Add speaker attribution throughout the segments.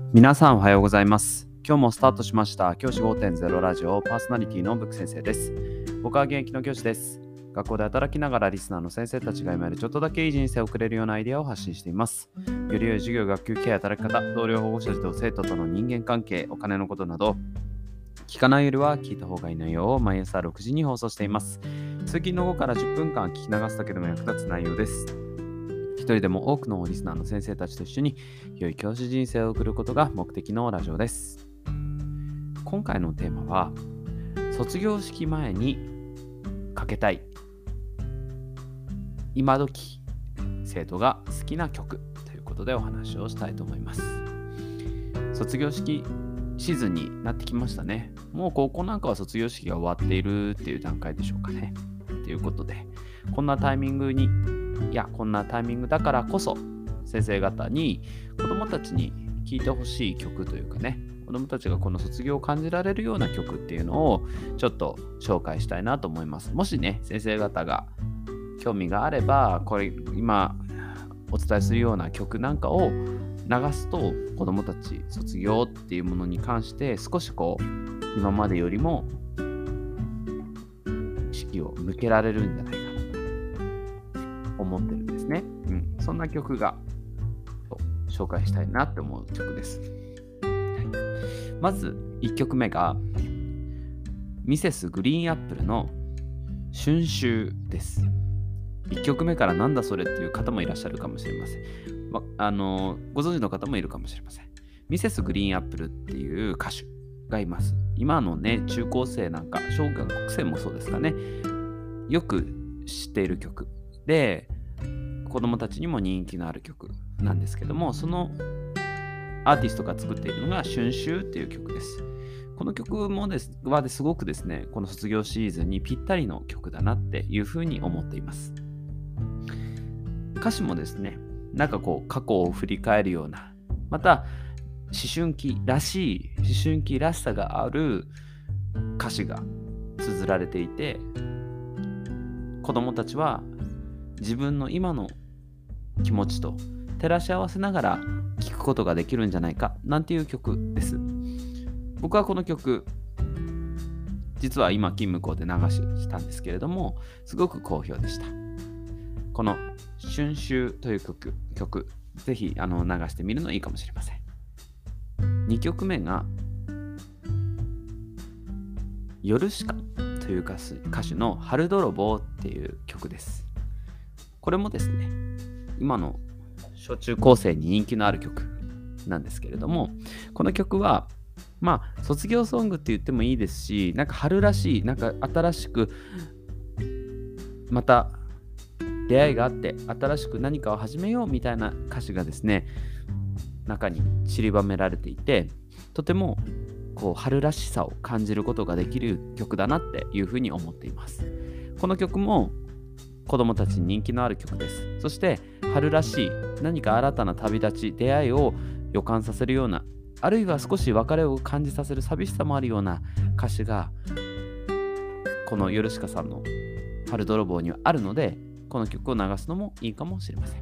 Speaker 1: 皆さんおはようございます。今日もスタートしました教師 5.0 ラジオパーソナリティのブク先生です。僕は現役の教師です。学校で働きながらリスナーの先生たちが今よりちょっとだけいい人生を送れるようなアイデアを発信しています。より良い授業、学級経営、働き方、同僚、保護者、児童、生徒との人間関係、お金のことなど聞かないよりは聞いた方がいい内容を毎朝6時に放送しています。通勤の後から10分間聞き流すだけでも役立つ内容です。一人でも多くのリスナーの先生たちと一緒に良い教師人生を送ることが目的のラジオです。今回のテーマは卒業式前にかけたい今時生徒が好きな曲ということでお話をしたいと思います。卒業式シーズンになってきましたね。もう高校なんかは卒業式が終わっているっていう段階でしょうかね。ということでこんなタイミングだからこそ先生方に子どもたちに聴いてほしい曲というかね、子どもたちがこの卒業を感じられるような曲っていうのをちょっと紹介したいなと思います。もしね先生方が興味があればこれ今お伝えするような曲なんかを流すと子どもたち卒業っていうものに関して少し今までよりも意識を向けられるんじゃないかなと思ってるんですね。そんな曲が紹介したいなって思う曲です。まず1曲目がミセスグリーンアップルの春秋です。1曲目からなんだそれっていう方もいらっしゃるかもしれません。ご存知の方もいるかもしれません。ミセスグリーンアップルっていう歌手がいます。今のね中高生なんか小学生もそうですかね、よく知っている曲で子供たちにも人気のある曲なんですけども、そのアーティストが作っているのが春秋っていう曲です。この曲もすごくですね、この卒業シーズンにぴったりの曲だなっていうふうに思っています。歌詞もですね、過去を振り返るような、また思春期らしさがある歌詞が綴られていて、子供たちは自分の今の気持ちと照らし合わせながら聴くことができるんじゃないかなんていう曲です。僕はこの曲実は今勤務校で流したんですけれども、すごく好評でした。この春秋という曲ぜひ流してみるのいいかもしれません。2曲目がヨルシカという歌手の春泥棒っていう曲です。これもですね、今の小中高生に人気のある曲なんですけれども、この曲は卒業ソングって言ってもいいですし、春らしい新しくまた出会いがあって新しく何かを始めようみたいな歌詞がですね中に散りばめられていて、とても春らしさを感じることができる曲だなっていうふうに思っています。この曲も子供たちに人気のある曲です。そして春らしい何か新たな旅立ち出会いを予感させるような、あるいは少し別れを感じさせる寂しさもあるような歌詞がこのヨルシカさんの春泥棒にはあるので、この曲を流すのもいいかもしれません。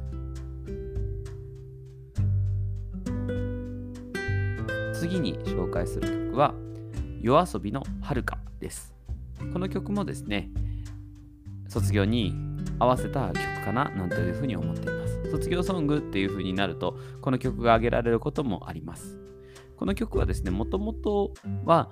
Speaker 1: 次に紹介する曲はYOASOBIの遥かです。この曲もですね卒業に合わせた曲かななんていうふうに思っています。卒業ソングっていうふうになるとこの曲が挙げられることもあります。この曲はですね、もともとは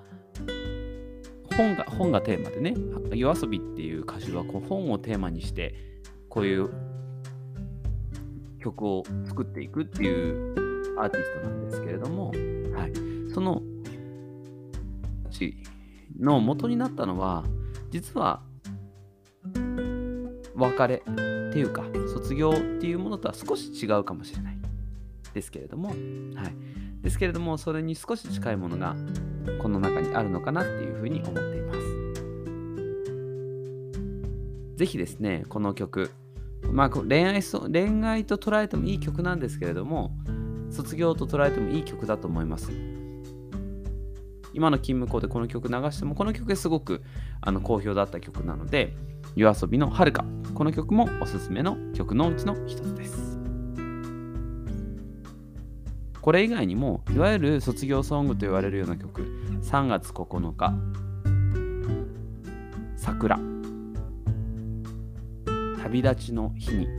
Speaker 1: 本がテーマでね、YOASOBIっていう歌手は本をテーマにしてこういう曲を作っていくっていうアーティストなんですけれども、そのの元になったのは実は別れっていうか卒業っていうものとは少し違うかもしれないですけれども、それに少し近いものがこの中にあるのかなっていうふうに思っています。ぜひですねこの曲、恋愛と捉えてもいい曲なんですけれども、卒業と捉えてもいい曲だと思います。今の勤務校でこの曲流してもこの曲がすごく好評だった曲なので、YOASOBIの遥か、この曲もおすすめの曲のうちの一つです。 これ以外にもいわゆる卒業ソングと言われるような曲、3月9日、桜、旅立ちの日に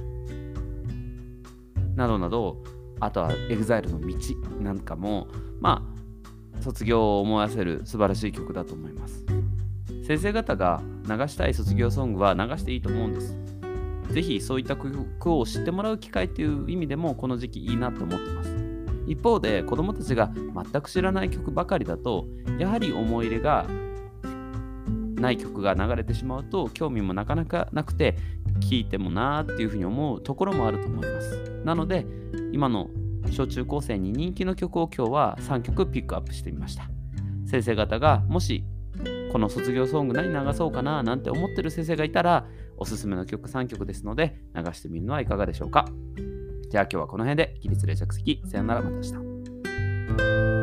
Speaker 1: などなど、あとは EXILE の道なんかも卒業を思わせる素晴らしい曲だと思います。先生方が流したい卒業ソングは流していいと思うんです。ぜひそういった曲を知ってもらう機会という意味でもこの時期いいなと思ってます。一方で子どもたちが全く知らない曲ばかりだと、やはり思い入れがない曲が流れてしまうと興味もなかなかなくて、聴いてもなーっていうふうに思うところもあると思います。なので今の小中高生に人気の曲を今日は3曲ピックアップしてみました。先生方がもしこの卒業ソング何流そうかななんて思ってる先生がいたら、おすすめの曲3曲ですので流してみるのはいかがでしょうか。じゃあ今日はこの辺で。起立例着席、さよなら、また明日。